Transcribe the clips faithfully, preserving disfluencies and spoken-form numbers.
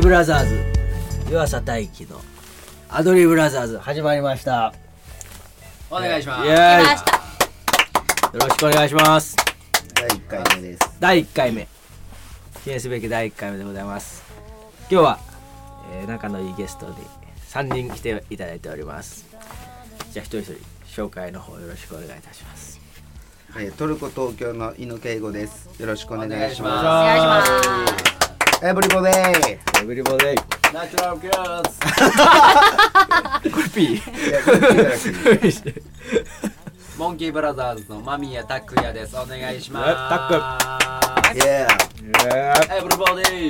ブラザーズ湯浅大輝のアドリブラザーズ始まりました。 お願いします。 イエーイ、よろしくお願いします。 だいいっかいめです。 だいいっかいめ、記念すべきだいいっかいめでございます。今日は、えー、仲のいいゲストにさんにん来ていただいております。じゃあ一人一人紹介の方よろしくお願いいたします。 はい、トルコ東京の井野圭吾です。よろしくお願いします。 お願いします。 エブリボデー。 エブリボデイ。 ナチュラルキラーズ。 これ P。 いやこれ P じゃなくていい。 モンキーブラザーズの間宮拓也です。お願いします。 タック。 イエエブリボデー。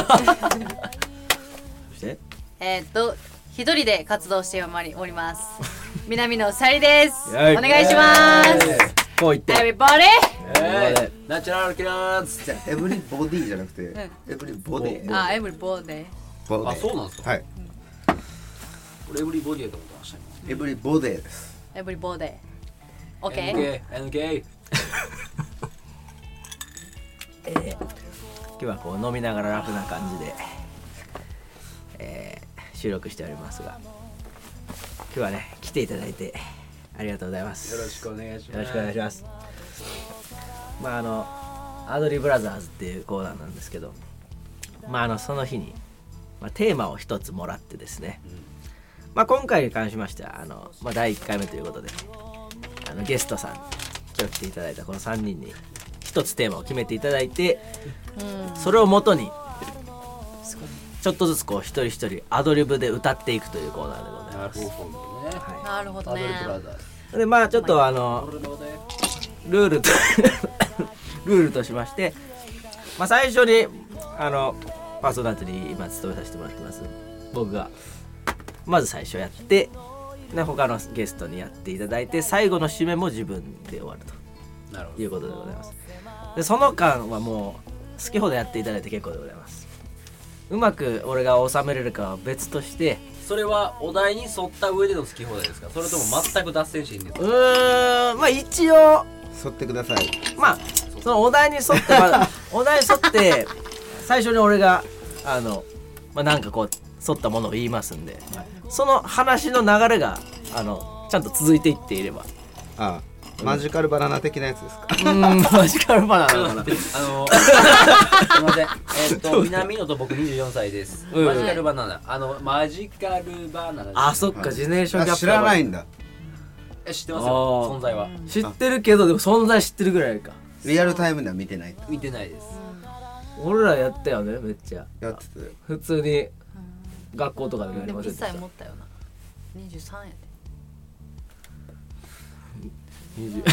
そしてえー、っと一人で活動しております南野さりです。おイエイ願いします。 こう言って Everybody。 えー、ナチュラルキラーズ。 じゃあエブリボディじゃなくて、エブリボデー。 あ、Everybody。 ボデー。 あ、そうなんですか。 はい。 俺エブリボディやと思ってましたね。 エブリボデーです。 Everybody。OK。 エヌケー、エヌケー。 えー、今日はこう飲みながら楽な感じで、えー、収録しておりますが、今日はね来ていただいてありがとうございます。 よろしくお願いします。 よろしくお願いします。まああのアドリブラザーズっていうコーナーなんですけど、まああのその日に、まあ、テーマを一つもらってですね、うん、まあ今回に関しましてはあの、まあ、だいいっかいめということで、あのゲストさん今日来ていただいたこのさんにんに一つテーマを決めていただいて、うん、それをもとにちょっとずつこう一人一人アドリブで歌っていくというコーナーでございます。 なるほどね。 でまあちょっとあのルールとルールとしまして、まあ、最初にあのパーソナリティに今務めさせてもらってます僕がまず最初やって、で他のゲストにやっていただいて、最後の締めも自分で終わるということでございます。でその間はもう好きほどやっていただいて結構でございます。うまく俺が収めれるかは別として、 それはお題に沿った上での好き放題ですか、それとも全く脱線していいんですか。 うーん、まあ一応沿ってください。 まあそのお題に沿って、まあ、お題に沿って最初に俺があの、まあ、なんかこう沿ったものを言いますんで、はい、その話の流れがあのちゃんと続いていっていれば。 ああ、マジカルバナナ的なやつですか。 うん、マジカルバナナかな。 あのすいません、えー、っと南野と僕にじゅうよんさいです、うん、マジカルバナナ、あのマジカルバナナです。 あ、そっか、ジェネレーションギャップ。 知らないんだ。 え、知ってますよ、存在は知ってるけど、でも存在知ってるぐらいか。 リアルタイムでは見てない。 見てないです。 俺らやったよね、めっちゃやってて、 普通に学校とかでもやりませんでした。 でもいっさい持ったよな。にじゅうさんやで。 にじゅう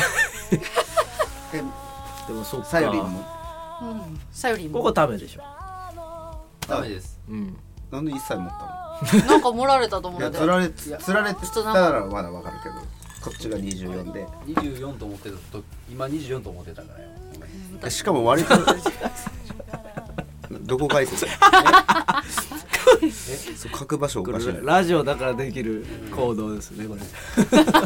でもそっか、 サヨリンも、 うん、サヨリンもここダメでしょ。 ダメです。 うん。なんでいっさい持ったの。 なんか盛られたと思う。 いや、つられつられてたらまだわかるけど、こっちがにじゅうよんでにじゅうよんと思ってたと、今にじゅうよんと思ってたからよ。 しかも割とどこ書いてるえそう書く場所おかしい。 ラジオだからできる行動ですね、これ。 書いちゃいました。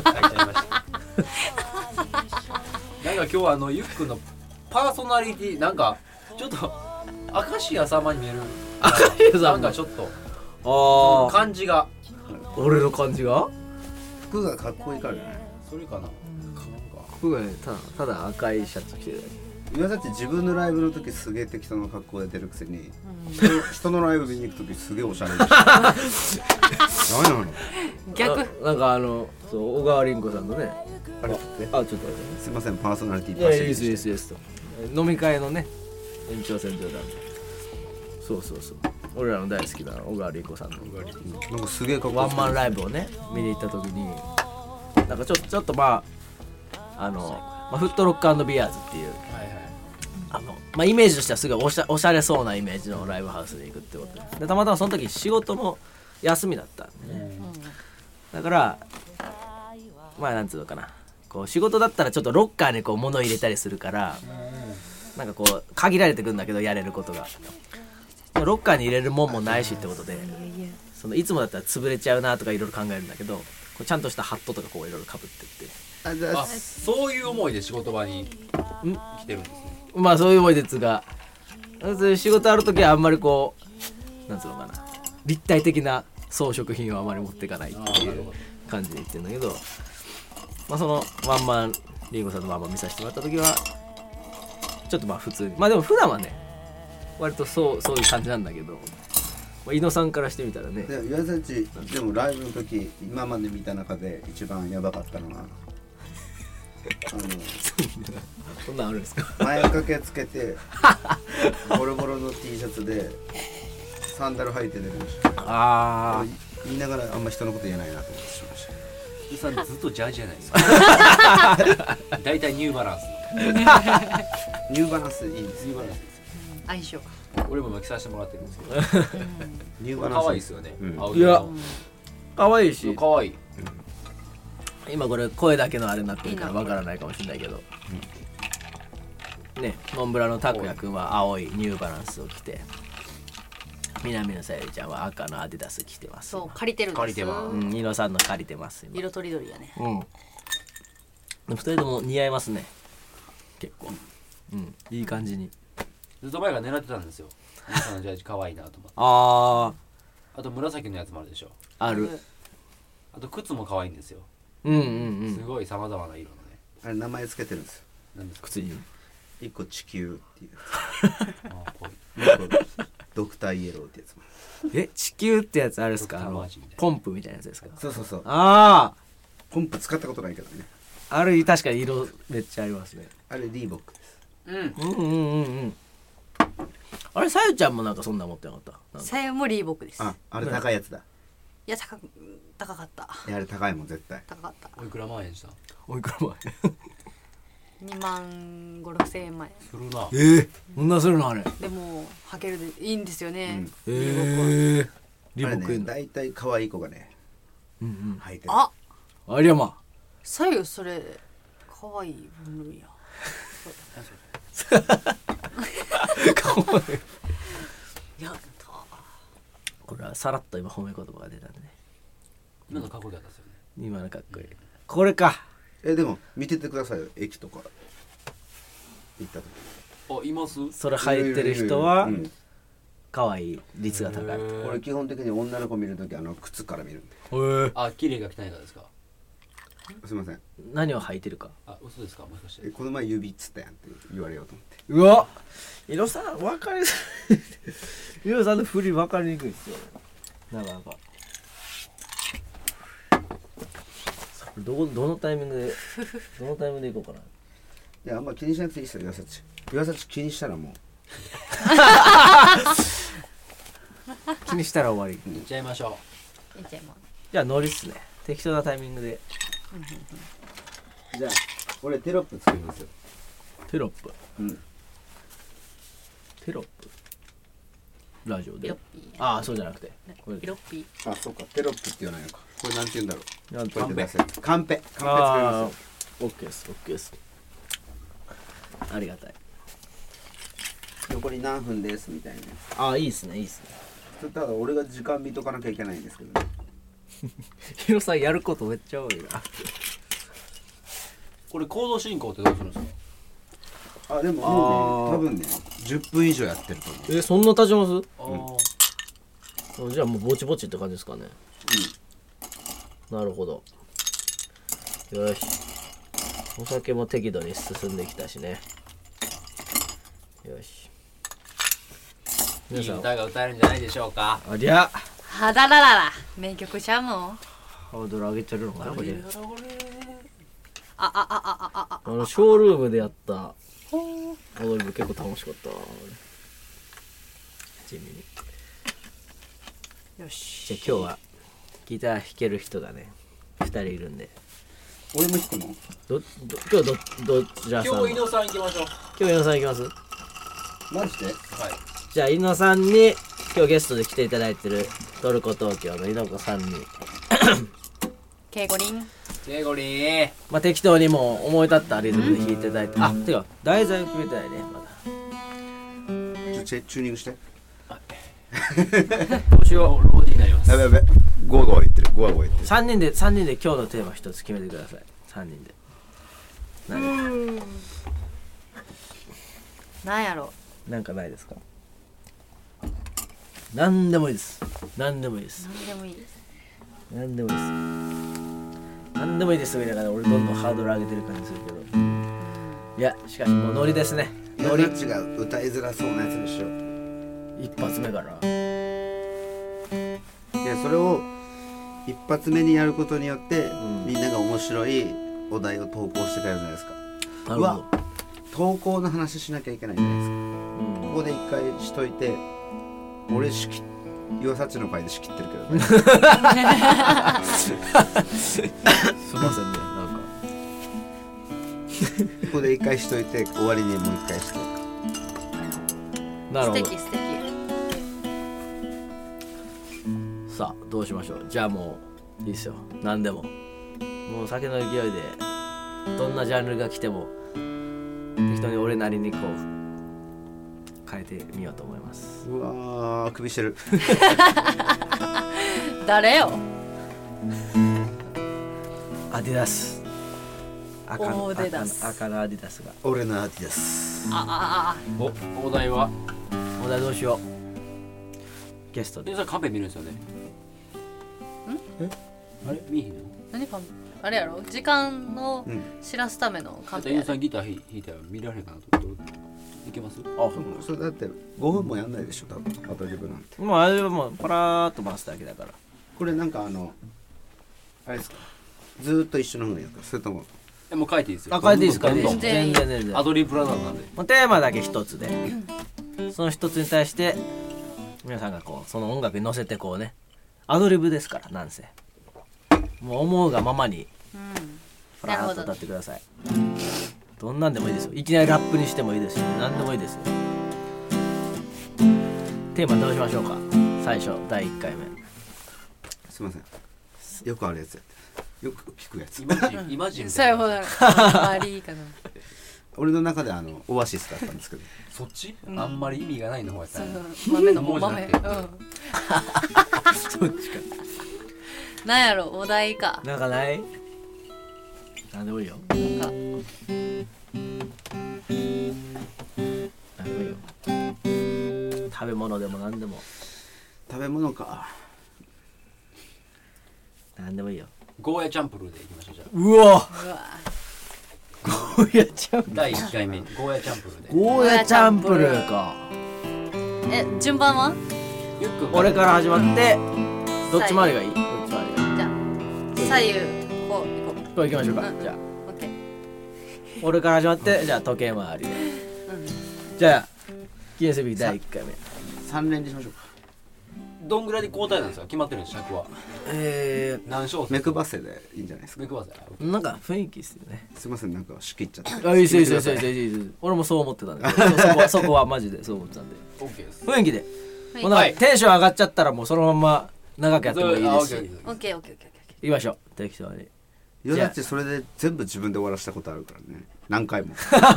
なんか今日はあのゆっくんのパーソナリティ、なんかちょっと明石家さまに見える。 明石家さまなんかちょっとあ感じが、 俺の感じが服がかっこいいからじゃない。 それかな。なんか服がね、ただただ赤いシャツ着てるだけ。 今だって自分のライブの時すげえ適当な格好で出るくせに、人, 人のライブ見に行く時すげえおしゃれでした。何なの。 逆な, なんかあのそう小川凛子さんのね、 あれあちょっとすいません、パーソナリティいやいいですいいですいいですと飲み会のね延長線上なんで、そうそうそう、俺らの大好きな小川凛子さんのなんかすげえかっこいいワンマンライブをね見に行った時に、なんかちょっとちょっとまああの、まあ、フットロック&ビアーズっていう、はいはい、あのまあ、イメージとしてはすごいおしゃ、おしゃれそうなイメージのライブハウスに行くってことで、でたまたまその時仕事の休みだったんでね、だからまあなんつうのかな、こう仕事だったらちょっとロッカーにこう物入れたりするから、なんかこう限られてくんだけどやれることが、ロッカーに入れるもんもないしってことで、そのいつもだったら潰れちゃうなとかいろいろ考えるんだけど、こうちゃんとしたハットとかこういろいろかぶってって、 あ、そういう思いで仕事場に来てるんですね。 まあそういう思いですが、仕事あるときはあんまりこうなんつうのかな立体的な装飾品をあまり持っていかないっていう感じで言ってるんだけど、まあそのワンマンリンゴさんのワンマン見させてもらった時はちょっとまあ普通に、まあでも普段はね割とそうそういう感じなんだけど、まあ、井野さんからしてみたらね。 で岩さんちでもライブの時今まで見た中で一番やばかったのはあのそんなんあるんですか。 前掛けつけてボロボロの T シャツでサンダル履いて出てました。 ああ言いながらあんま人のこと言えないなと思ってしまいました。 伊さんずっとジャージじゃないですか。だいたいニューバランス。 ニューバランスいいですよ。 ニューバランスです。 相性か。 俺も今着させてもらってるんですけど。 ニューバランス可愛いですよね。 うん青いや色可愛いし、 可愛い。 今これ声だけのあれになってるからわからないかもしれないけど、ね、モンブラの拓也くんは青いニューバランスを着て、南野さゆりちゃんは赤のアディダス着てます。 そう借りてるんです。 借りてますうん、ニノさんの借りてます今。 色とりどりやね。 うん。でもふたりとも似合いますね。結構。うん、いい感じに。 ずっと前が狙ってたんですよ。皆さんのジャージ可愛いなと思って。 ああと紫のやつもあるでしょ。 あ、ある。 あと靴も可愛いんですよ。 うんうんうん。 すごい様々な色のね。 あれ名前つけてるんですよ。 なんですか。 靴に。 一個地球っていうあぽい。 やつ、もう一個ドクターイエローってやつも。 え、地球ってやつあれですか？あドクターのマーチみたいなポンプみたいなやつですか？ そうそうそう。 ああ、 ポンプ使ったことないけどね。 あれ確かに色めっちゃありますね。 あれリーボックです。 うん。 うんうんうんうん。あれさゆちゃんもなんかそんな持ってなかった？なんかさゆもリーボックです。 あ、あれ高いやつだ。 いや高く高かった。 いやあれ高いもん絶対。 高かった。 おいくら万円した？ おいくら前？ にまんごろくせんえんまえ。 するな。 えー、そんなするのあれ？ でも履けるでいいんですよね。 えリーボックは。 ー、リあれね、 ボックいいんだ。 大体可愛い子がね、 うんうん。 履いてる。 あ、 ありゃま。 さゆそれ可愛い分類や。 かわいい。 やった。 これはさらっと今褒め言葉が出たんでね。 今のかっこよかったですよね。 今のかっこいい。これか。 えでも見ててくださいよ、駅とか行った時。 あ、います？ それ履いてる人はうん可愛い率が高い。へ俺基本的に女の子見るときあの靴から見るんで。 え。 あ、綺麗が汚いかですか？ すいません。 何を履いてるか。 あ、嘘ですか？もしかしてえ。この前指っつったやんって言われようと思って。 うわ。井野さん分かりづらい。井野さんの振り分かりにくいですよ。なかなか。どこどのタイミングでどのタイミングで行こうかな。 いやあんま気にしなくていいですよ岩崎。岩崎気にしたらも気にしたら終わり。 行っちゃいましょいっちゃいます。 じゃあノリっすね。適当なタイミングで。 う。じゃあ俺テロップ作りますよ。 テロップ。 うん。 テロップ。ラジオでピロッ。ピー。 ああそうじゃなくて。これピロッピー。 あそうかテロップって言わないのか。これなんて言うんだろう。 なんこうやって出せる。カンペ。カンペ作りあますよ。 あ、オッケーです、オッケーです。ありがたい。 残り何分ですみたいな。 ああ、いいですね、いいですね。 それただ俺が時間見とかなきゃいけないんですけどね。 ヒロさんやることめっちゃ多いな。 う。これ行動進行ってどうするんですか？ あでももうねあー多分ねじゅっぷん以上やってると思う。 え、そんな経ちます？ ああ。 じゃあもうぼちぼちって感じですかね。なるほど。よし。お酒も適度に進んできたしね。よし。 いい皆さん、 歌が歌えるんじゃないでしょうか。 ありゃはだららら。名曲ちゃうの？ ハードル上げてるのかなこれ。 あああああああのショールームでやった踊りも結構楽しかったわ俺地味に。 よし。 じゃあ今日はギター弾ける人がねふたりいるんで、 俺も弾くの？ どど今日どどちらさん今日井野さん行きましょう。 今日井野さん行きます？ マジで？ はい。 じゃあ井野さんに今日ゲストで来ていただいてるトルコ東京の井野子さんにケイゴリン。 ケイゴリー。 まあ適当にもう思い立ったリズムで弾いていただいて、あてか題材を決めてないねまだ。 ちょチェチューニングして。 どうしよう。 ローディーになります。 やべやべ。ゴワゴワ言ってる。ゴワゴワ言ってる。 さんにんでさんにんで今日のテーマ一つ決めてください。さんにんで何なんやろ。 なんかないですか？ 何でもいいです何でもいいです何でもいいです何でもいいです何でもいいですと言いながら俺どんどんハードル上げてる感じするけど、いやしかしもうノリですね。ノリノリッチが歌いづらそうなやつにしよう。 一発目からいやそれを一発目にやることによって、 うん、 みんなが面白いお題を投稿してくれるじゃないですか。 なるほど。 投稿の話しなきゃいけないじゃないですか、うん、ここで一回しといて俺仕切岩サチの回で仕切ってるけどねすいませんねなんかここで一回しといて終わりにもう一回してなるほど。 素敵素敵。 さあどうしましょう。じゃあもういいですよ何でももう酒の勢いでどんなジャンルが来ても適当に俺なりにこう変えてみようと思います。 うわー首してる誰よ。 アディダス赤のオーデダス赤のアディダスが俺のアディダス。 ああおお題はお題どうしよう。ゲストででそれカンペ見るんですよね。 えあれ見えへんの？ 何かあれやろ時間をうん知らすためのカンペエやろ。 ンさんギター弾いたら見られへんかなと思っていけます？ あそれだってごふんもやんないでしょ多分アドリブなんて。 もうあれはもうパラーっと回すだけだから。 これなんかあのあれですかずーっと一緒の方がいいですかそれともえもう書いていいですよ。 あ書いていいです書いていいです。 全然いい全然全然アドリブプラザーなんで。 もうテーマだけ一つでその一つに対して皆さんがこうその音楽に乗せてこうねアドリブですからなんせもう思うがままにうんフラーっと歌ってください。どんなんでもいいですよ。いきなりラップにしてもいいですし何でもいいですよ。テーマどうしましょうか。最初だいいっかいめすいませんよくあるやつやよく聞くやつイマジンイマジンみそうやほたいな。 どありかな。 俺の中であのオアシスだったんですけどそっち？ うんあんまり意味がないの方やったそうら。 豆の文字豆。 なってうん。 そっちかなんやろお題か。 なんかないなんでもいいよなんかなんでもいいよ。食べ物でも何でも食べ物か何でもいいよ。 ゴーヤチャンプルーでいきましょうじゃあ。 うわうわゴーヤチャンプルーだいいっかいめゴーヤチャンプルーで。 ゴーヤチャンプルーか。 え順番はゆっくん俺から始まってどっち回りがいいどっち回りがいいじゃあ左右こう行ここう行きましょうか、 うんじゃあう。オッケー。 俺から始まってじゃあ時計回りでうんじゃあ記念すべきだいいっかいめさん連にしましょうかどんぐらいで交代なんですか？決まってるんです尺は。 え何小節？ 目配せでいいんじゃないですか。 目配せ。 ー、なんか雰囲気ですよね。 すいませんなんか仕切っちゃってあいいですいいですいいですいいですいいです俺もそう思ってたんでそそこはそこはマジでそう思ってたんでオッケーです。 雰囲気ではいもうなんかテンション上がっちゃったらもうそのまま長くやってもいいですしあオッケーオッケーオッケーオッケーオッケーオッケ行きましょう適当に。 よだってそれで全部自分で終わらせたことあるからね何回も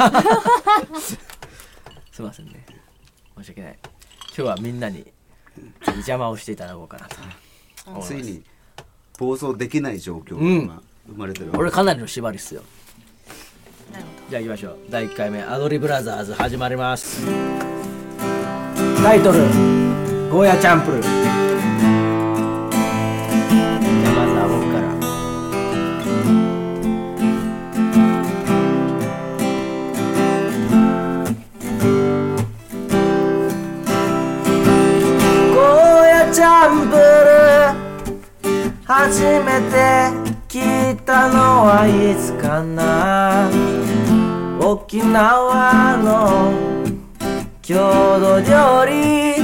すいませんね申し訳ない。今日はみんなに邪魔をしていただこうかなと思いますついに暴走できない状況が今生まれてるわけ俺かなりの縛りっすよ。 ー。なるほじゃあ行きましょう。だいいっかいめアドリブラザーズ始まります。タイトルゴーヤチャンプルー。じゃあまずは僕から。ゴーヤチャンプルー初めて聞いたのはいつかな。沖縄の郷土料理。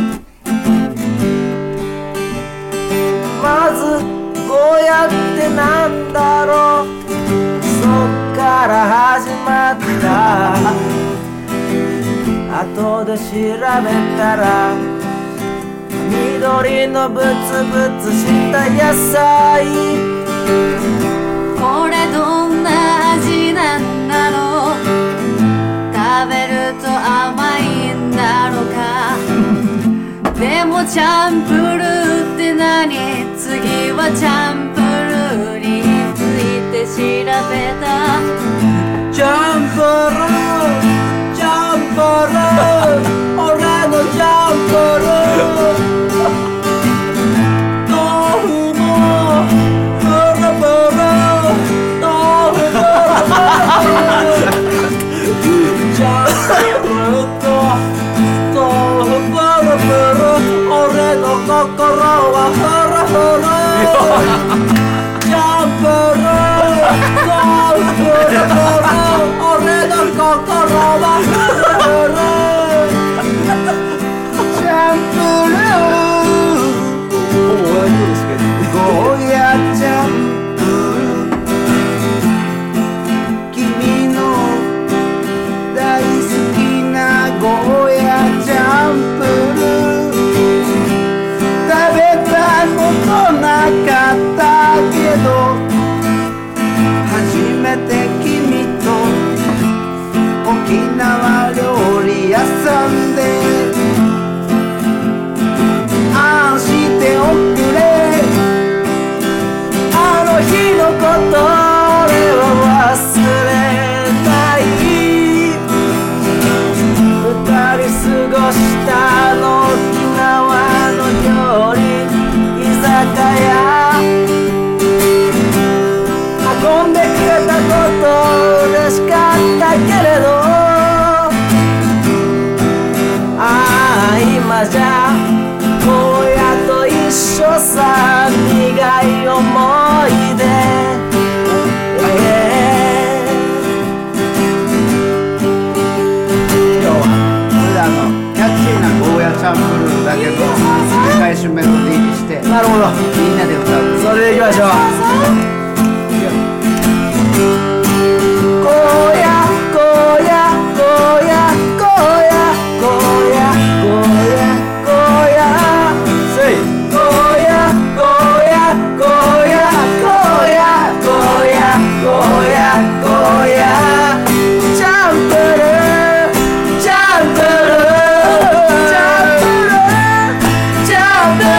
まずゴーヤってなんだろうそっから始まった後で調べたら緑のブツブツした野菜。 これどんな味なんだろう食べると甘いんだろうかでもチャンプルーって何次はチャンプルーについて調べたジャンプルージャンプルー俺のジャンプルーて君と沖縄料理屋さんでああしておくれあの日のこと俺は忘れない二人過ごしたあの沖縄の料理居酒屋運んでくれたこと嬉しかったけれどああ今じゃ荒野と一緒さ苦い思い出、えー、今日はこれであのキャッチーなゴーヤチャンプルーだけど繰り返しメロディーにしてなるほどみんなで歌うそれでいきましょうゴーヤゴーヤゴーヤゴーヤゴーヤゴーヤゴーヤせいゴーヤゴーヤゴーヤゴーヤゴーヤゴーヤゴーヤチャンプルーチャンプルーチャンプルーチャンプル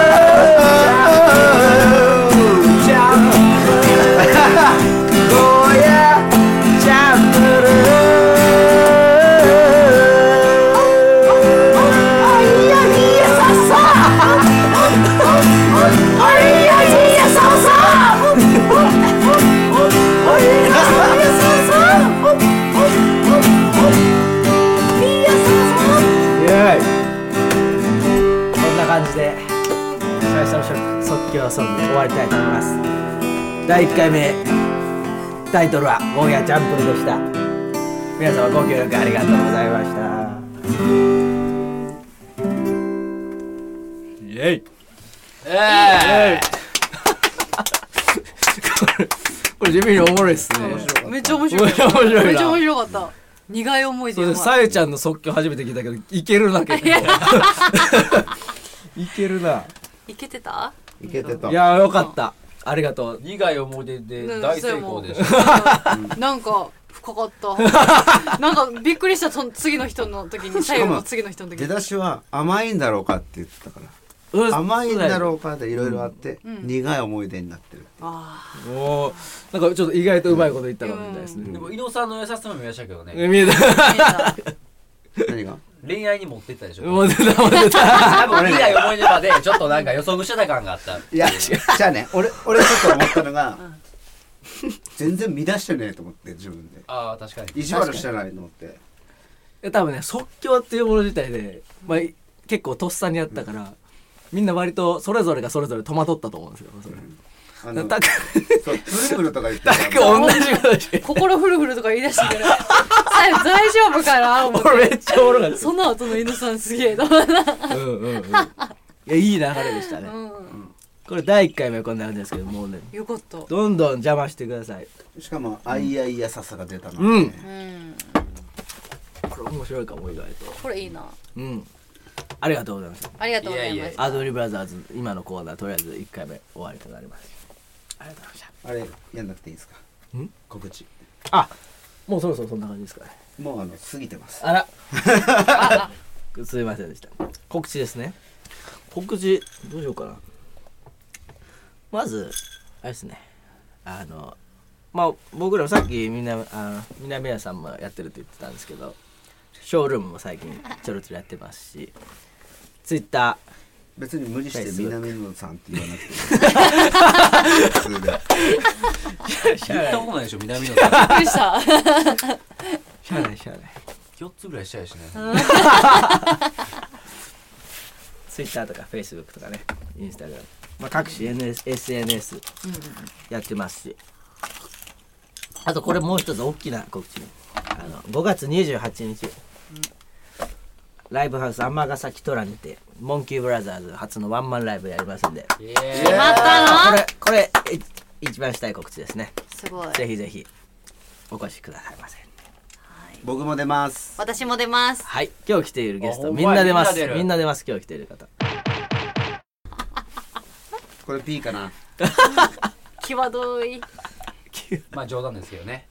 ーチャンプルーゴーヤチャンプルーあいやいやささあいやいやささあいやいやささいやささイエーイこんな感じで最初の即興ソングで終わりたいと思いますだいいっかいめタイトルはゴーヤチャンプルでした皆様ご協力ありがとうございましたイエイえこれこれ地味におもろいっすねめっちゃ面白いめっちゃ面白いなめっちゃ面白かった苦い思い出それさえちゃんの即興初めて聞いたけどいけるな結構いけるないけてたいけてたいやよかったありがとう苦い思い出で大成功でしたなんか深かったなんかびっくりしたその次の人の時に最後の次の人の時に出だしは甘いんだろうかって言ってたからうん甘いんだろうかでいろいろあって、 うん、 苦い思い出になってるあおなんかちょっと意外とうまいこと言ったかもみたいですね、 でも伊野さんの優しさも見ましたけどね見えた何が恋愛に持ってったでしょ持ってた持ってた多分苦い思い出までちょっとなんか予測してた感があったいやじゃあね俺俺ちょっと思ったのが全然乱してねえと思って自分でああ確かに意地悪してないと思って多分ね即興っていうもの自体で、まあ、結構とっさにやったから、うん、みんな割とそれぞれがそれぞれ戸惑ったと思うんですよそれ、うんあのタクそうフルフルとか言ってタク同じことして心フルフルとか言い出してから大丈夫かな思って俺めっちゃおもろかったその後の犬さんすげえと思ったうんうんうんいやいい流れでしたね、うんうん、これだいいっかいめはこんな感じですけどもうねよかったどんどん邪魔してくださいしかもあいやいやささが出たの、 うん、うん、 うん、 これ面白いかも意外とこれいいなうんありがとうございますありがとうございますいやいやアドリブラザーズ今のコーナーとりあえずいっかいめ終わりとなりますありがとうございましたあれやんなくていいですかん告知あもうそろそろそんな感じですかねもうあの過ぎてますあらすいませんでした告知ですね告知どうしようかなまずあれですねあのまあ僕らもさっきみんなあの南谷さんもやってるって言ってたんですけどショールームも最近ちょろちょろやってますしツイッター別に無理して南野さんって言わなくていい普通で言ったことないでしょ南野さんびっくりしたしゃあないしゃあないよっつぐらいしたいしねツイッターとかフェイスブックとかねインスタグラム、まあ、各種 エスエヌエス やってますしあとこれもう一つ大きな告知あのごがつにじゅうはちにち、うん、ライブハウス尼崎トラにてモンキーブラザーズ初のワンマンライブやりますんでイエーイ決まったのこれこれ一番したい告知ですねすごいぜひぜひお越しくださいませ僕も出ます私も出ますはい今日来ているゲストあみんな出ますみんな出るみんな出ます今日来ている方これ P かな際どいまあ冗談ですけどね。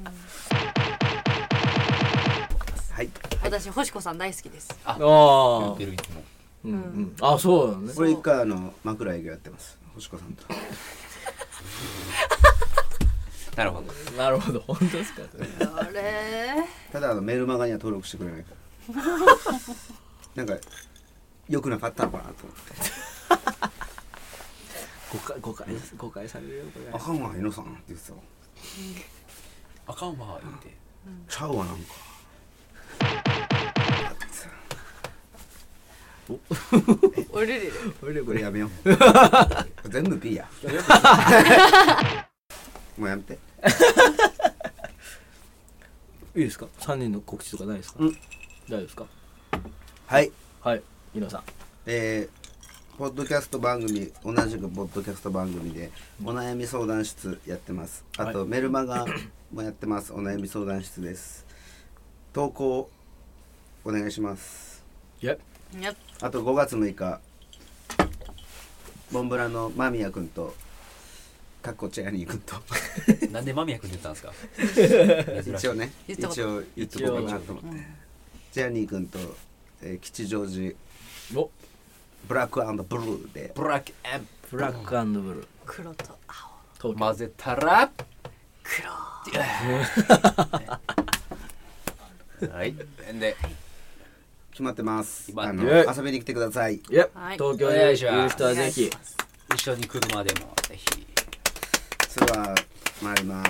はい。 私星子さん大好きです。 あ、 あ言ってるいつも。 うんうん、あ、そうなのね。 これ一回あの枕営業やってます。星子さんと。 なるほど。 なるほど。本当ですか。 あれただあのメールマガには登録してくれないから。なんか良くなかったのかなと思って。 誤解誤解誤解されるよこれ。 あかんわ江野さんって言ってたわ。 あかんわ言って。 ちゃうわなんか。 おれれれ。 おれこれやめよう。全部 P や。もうやめて。 いいですか。三人の告知とかないですか。 うん。 大丈夫ですか。 はいはい。井野さん。 えー、ポッドキャスト番組、同じくポッドキャスト番組でお悩み相談室やってます。あと、はい、メルマガもやってます。お悩み相談室です。投稿お願いします。 Yep. Yep. あとごがつむいかモンブラの間宮くんとかっこチェアニーくんとなんで間宮くんって言ったんですか。 一応ね一応言っとこうかなと思って、うん、チェアニーくんと、えー、吉祥寺ブラック&ブルーでブラック& ブラック&ブルー黒と青混ぜたら黒はい。で決まってます。あの遊びに来てください。 いや、東京にいる人はぜひ一緒に車でもぜひ。 それは参ります。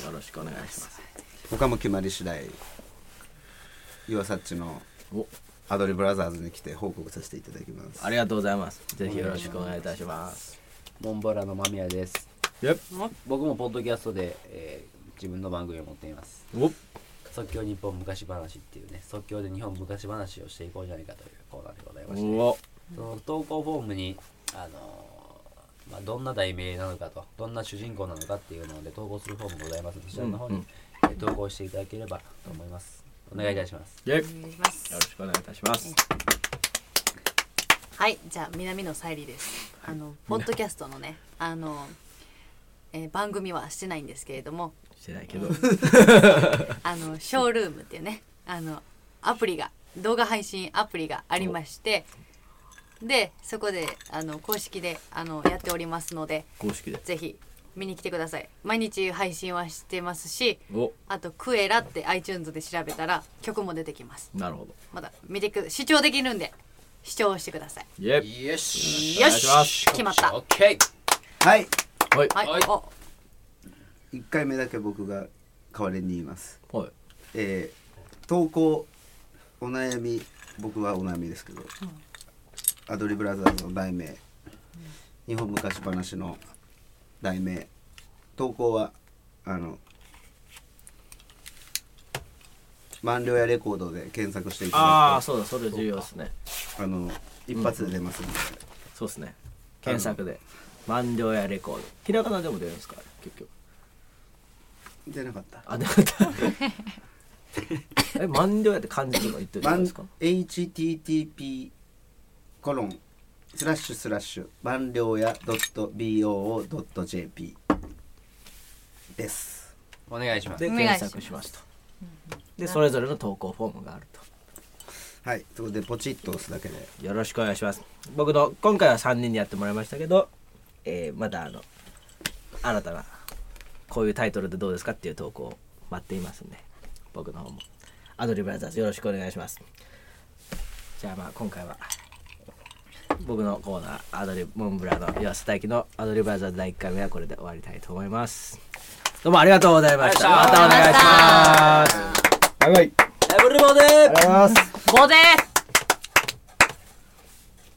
よろしくお願いします。 他も決まり次第岩サッチのアドリブラザーズに来て報告させていただきます。 ありがとうございます。ぜひよろしくお願いいたします。 モンブラの間宮です。僕もポッドキャストで、えー、自分の番組を持っています。即興日本昔話っていうね、即興で日本昔話をしていこうじゃないかというコーナーでございまして、その投稿フォームに、あのーまあ、どんな題名なのかと、どんな主人公なのかっていうので投稿するフォームございますので、そちらの方に、うんうんえー、投稿していただければと思います。お願いいたします。 よろしくお願いいたします。 はい、じゃあ南野さゆりです。あのポッドキャストのね、あの、えー、番組はしてないんですけれども。 してないけどあのショールームっていうねあのアプリが動画配信アプリがありましてでそこであの公式であのやっておりますので公式でぜひ見に来てください。毎日配信はしてますしあとクエラって iTunes で調べたら曲も出てきます。 なるほど。 まだ見てく視聴できるんで視聴してください。 よしよし決まった。 OK はいはい、 はいはい、おいっかいめだけ僕が代わりに言います、 はいえー、投稿お悩み僕はお悩みですけど、うん、アドリブラザーズの題名、うん、日本昔話の題名投稿はあの満了やレコードで検索していただくとああそうだそれ重要ですね。 あの一発で出ますので、うん、 そうですね検索で満了やレコードひらがなでも出るんですか結局出なかった。 あ、出なかったえ、満了やって漢字とか言ってるんですか。 エイチティーティーピー コロンスラッシュスラッシュ満了や .boo.jp です。 お願いします。 で検索しますと。でそれぞれの投稿フォームがあると。 はい、そこでポチッと押すだけでよろしくお願いします。僕の今回はさんにんにやってもらいましたけど、えー、まだあの新たなこういうタイトルでどうですかっていう投稿を待っていますんで僕の方もアドリブラザーズよろしくお願いします。じゃあまあ今回は僕のコーナーアドリブモンブラの岩瀬大輝のアドリブラザーズだいいっかいめはこれで終わりたいと思います。どうもありがとうございました。またお願いします。バイバイ。 エブリボデー。 ありがとうございます。 ボデー